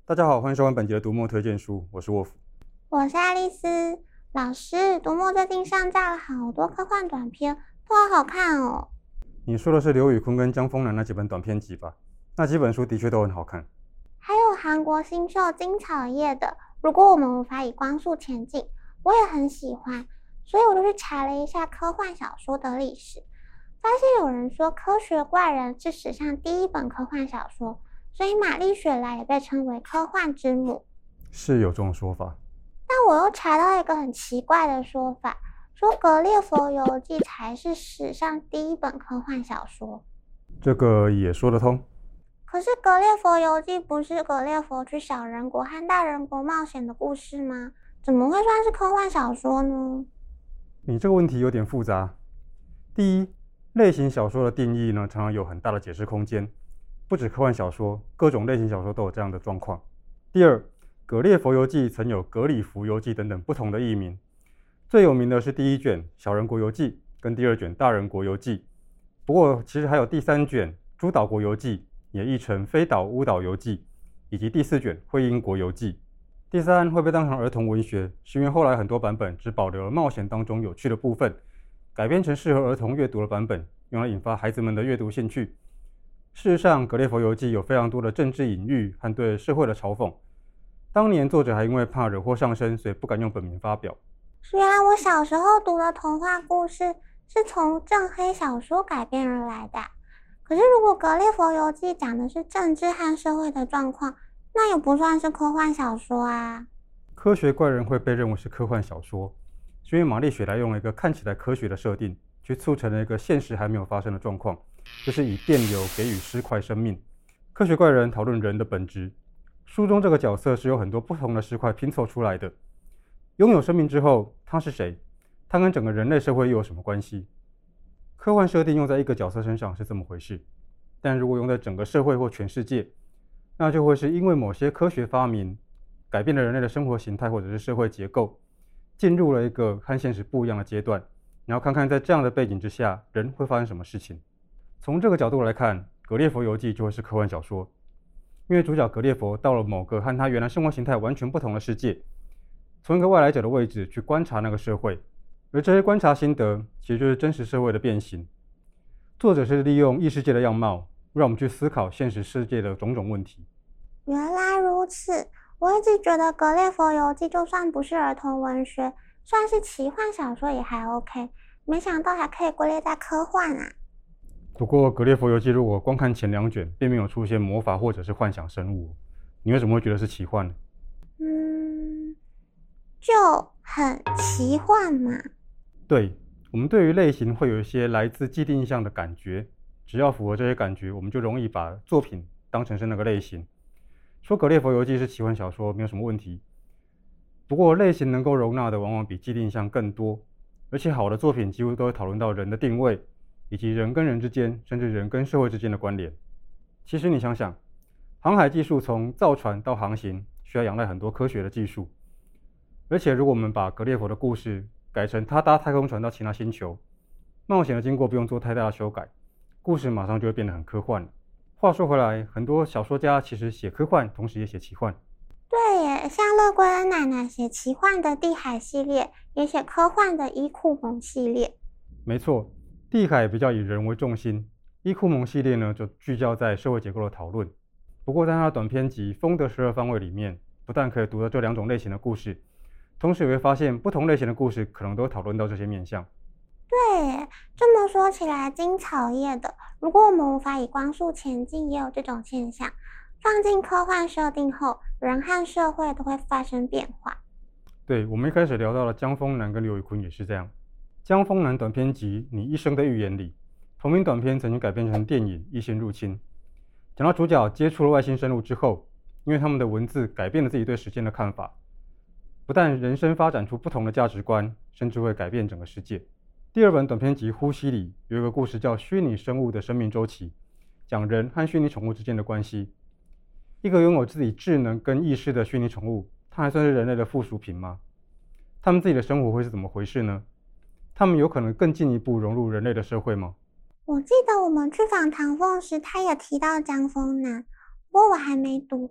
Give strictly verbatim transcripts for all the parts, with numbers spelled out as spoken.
大家好，欢迎收看本集的读墨推荐书，我是沃夫。 我是爱丽丝。老师，读墨最近上架了好多科幻短片，都好好看哦。 你说的是刘宇昆跟江丰南那几本短篇集吧？那几本书的确都很好看。 还有韩国新秀金草叶的《如果我们无法以光速前进》，我也很喜欢，所以我就去查了一下科幻小说的历史，发现有人说《科学怪人》是史上第一本科幻小说，所以玛丽雪莱也被称为科幻之母。 是有这种说法， 但我又查到一个很奇怪的说法，说《格列佛游记》才是史上第一本科幻小说。 这个也说得通。 可是《格列佛游记》不是格列佛去小人国和大人国冒险的故事吗？怎么会算是科幻小说呢？ 你这个问题有点复杂。第一，类型小说的定义呢，常常有很大的解释空间，不止科幻小说，各种类型小说都有这样的状况。第二，《格列佛游记》曾有《格里弗游记》等等不同的译名，最有名的是第一卷《小人国游记》跟第二卷《大人国游记》，不过其实还有第三卷《诸岛国游记》，也译成《飞岛乌岛游记》，以及第四卷《惠英国游记》。第三会被当成儿童文学，是因为后来很多版本只保留了冒险当中有趣的部分，改编成适合儿童阅读的版本，用来引发孩子们的阅读兴趣。事实上，《格列佛游记》有非常多的政治隐喻和对社会的嘲讽。当年作者还因为怕惹祸上身，所以不敢用本名发表。 虽然我小时候读的童话故事是从正黑小说改编而来的，可是如果《格列佛游记》讲的是政治和社会的状况，那也不算是科幻小说啊。 科学怪人会被认为是科幻小说，是因为玛丽雪莱用了一个看起来科学的设定，去促成了一个现实还没有发生的状况，就是以电流给予尸块生命。科学怪人讨论人的本质，书中这个角色是由很多不同的尸块拼凑出来的。拥有生命之后，他是谁？他跟整个人类社会又有什么关系？科幻设定用在一个角色身上是这么回事，但如果用在整个社会或全世界，那就会是因为某些科学发明改变了人类的生活形态或者是社会结构，进入了一个和现实不一样的阶段，然后看看在这样的背景之下，人会发生什么事情。从这个角度来看，《格列佛游记》就会是科幻小说，因为主角格列佛到了某个和他原来生活形态完全不同的世界，从一个外来者的位置去观察那个社会，而这些观察心得其实就是真实社会的变形。作者是利用异世界的样貌，让我们去思考现实世界的种种问题。 原来如此，我一直觉得《格列佛游记》就算不是儿童文学，算是奇幻小说也还 OK， 没想到还可以归类在科幻啊。 不过《格列佛游记》如果光看前两卷，并没有出现魔法或者是幻想生物，你为什么会觉得是奇幻呢？ 嗯，就很奇幻嘛。 对，我们对于类型会有一些来自既定印象的感觉，只要符合这些感觉，我们就容易把作品当成是那个类型。说《格列佛游记》是奇幻小说没有什么问题，不过类型能够容纳的往往比既定印象更多，而且好的作品几乎都会讨论到人的定位，以及人跟人之间，甚至人跟社会之间的关联。其实你想想，航海技术从造船到航行，需要仰赖很多科学的技术，而且如果我们把格列佛的故事改成他搭太空船到其他星球，冒险的经过不用做太大的修改，故事马上就会变得很科幻了。话说回来，很多小说家其实写科幻，同时也写奇幻。 对耶，像勒圭恩奶奶写奇幻的地海系列，也写科幻的伊库蒙系列。 没错，地海比较以人为重心，伊库蒙系列呢就聚焦在社会结构的讨论。不过在他的短篇集《风的十二方位》里面，不但可以读到这两种类型的故事，同时也会发现不同类型的故事可能都讨论到这些面向。 对耶，这么说起来，金草叶的如果我们无法以光速前进也有这种现象，放进科幻设定后，人和社会都会发生变化。 对，我们一开始聊到了江丰南跟刘宇昆也是这样。江丰南短篇集《你一生的预言》里，同名短篇曾经改编成电影《异星入侵》，讲到主角接触了外星生物之后，因为他们的文字改变了自己对时间的看法，不但人生发展出不同的价值观，甚至会改变整个世界。第二本短篇集《呼吸》里有一个故事叫《虚拟生物的生命周期》，讲人和虚拟宠物之间的关系。一个拥有自己智能跟意识的虚拟宠物，它还算是人类的附属品吗？他们自己的生活会是怎么回事呢？他们有可能更进一步融入人类的社会吗？ 我记得我们去访唐凤时，他也提到江丰南，不过我还没读。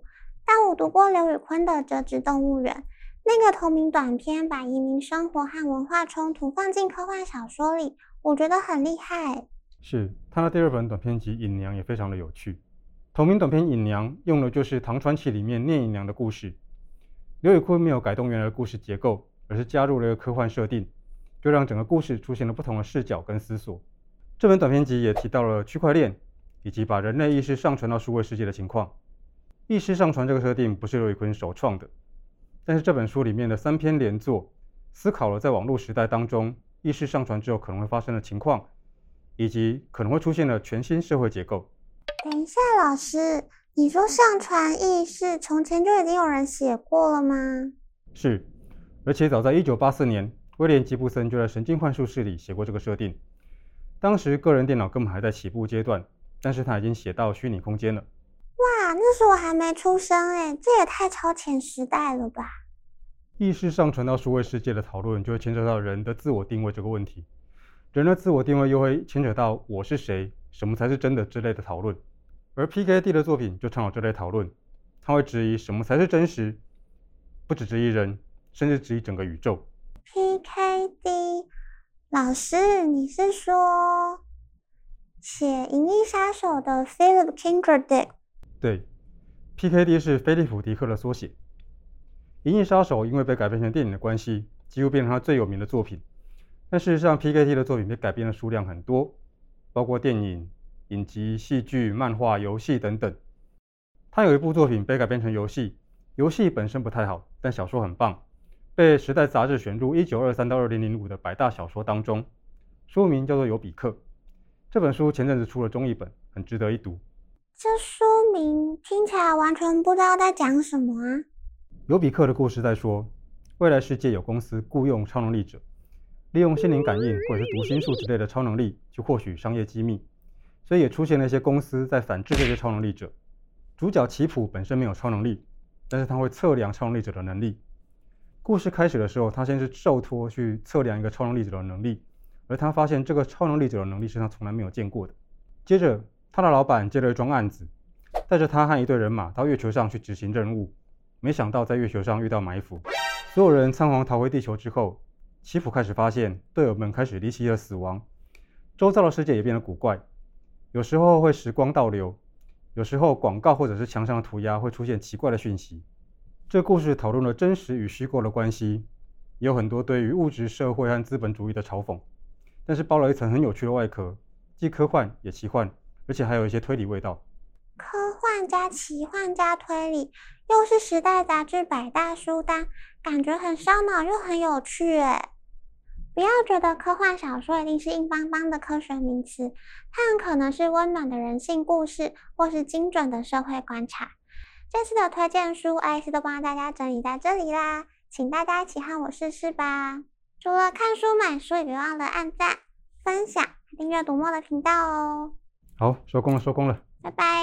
但我读过刘宇昆的《折纸动物园》，那个同名短片把移民生活和文化冲突放进科幻小说里，我觉得很厉害。 是，他的第二本短篇集《隐娘》也非常的有趣。同名短篇《隐娘》用的就是唐传奇里面聂隐娘的故事。刘宇昆没有改动原来的故事结构，而是加入了一个科幻设定，就让整个故事出现了不同的视角跟思索。这本短篇集也提到了区块链，以及把人类意识上传到数位世界的情况。意识上传这个设定不是刘宇昆首创的，但是这本书里面的三篇连作，思考了在网络时代当中意识上传之后可能会发生的情况，以及可能会出现的全新社会结构。 等一下，老师，你说上传意识从前就已经有人写过了吗？ 是，而且早在一九八四年，威廉吉布森就在《神经幻术室》里写过这个设定。当时个人电脑根本还在起步阶段，但是他已经写到虚拟空间了。 哇，那时我还没出生哎，这也太超前时代了吧！ 意识上传到数位世界的讨论，就会牵扯到人的自我定位这个问题。人的自我定位又会牵扯到我是谁、什么才是真的之类的讨论。而 P K D 的作品就倡导这类讨论，他会质疑什么才是真实，不只质疑人，甚至质疑整个宇宙。 P K D， 老师，你是说写《银翼杀手》的 Philip K Dick？ 对 ，P K D 是菲利普·迪克的缩写。《银翼杀手》因为被改编成电影的关系，几乎变成他最有名的作品。但事实上 ，P K D 的作品被改编的数量很多，包括电影、影集、戏剧、漫画、游戏等等。他有一部作品被改编成游戏，游戏本身不太好，但小说很棒，被《时代》杂志选入一九二三到二零零五的百大小说当中。书名叫做《尤比克》。这本书前阵子出了中译本，很值得一读。 这书名听起来完全不知道在讲什么啊！ 尤比克的故事在说，未来世界有公司雇佣超能力者，利用心灵感应或者是读心术之类的超能力去获取商业机密，所以也出现了一些公司在反制这些超能力者。主角奇普本身没有超能力，但是他会测量超能力者的能力。故事开始的时候，他先是受托去测量一个超能力者的能力，而他发现这个超能力者的能力是他从来没有见过的。接着他的老板接了一桩案子，带着他和一队人马到月球上去执行任务，没想到在月球上遇到埋伏，所有人仓皇逃回地球之后，奇普开始发现队友们开始离奇的死亡，周遭的世界也变得古怪，有时候会时光倒流，有时候广告或者是墙上的涂鸦会出现奇怪的讯息。这故事讨论了真实与虚构的关系，也有很多对于物质社会和资本主义的嘲讽，但是包了一层很有趣的外壳，既科幻也奇幻，而且还有一些推理味道。 科幻加奇幻加推理，又是时代杂志百大书单，感觉很烧脑又很有趣耶。不要觉得科幻小说一定是硬邦邦的科学名词，它很可能是温暖的人性故事，或是精准的社会观察。这次的推荐书，艾斯都帮大家整理在这里啦，请大家一起和我试试吧。除了看书买书，也别忘了按赞、分享、订阅读墨的频道哦。 好，收工了，收工了， 拜拜。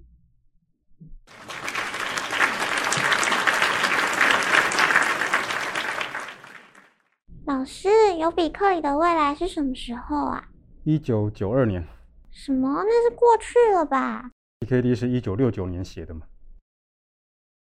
老师，尤比克里的未来是什么时候啊？ 一九九二年。 什么？那是过去了吧？ P K D 是一九六九年写的嘛。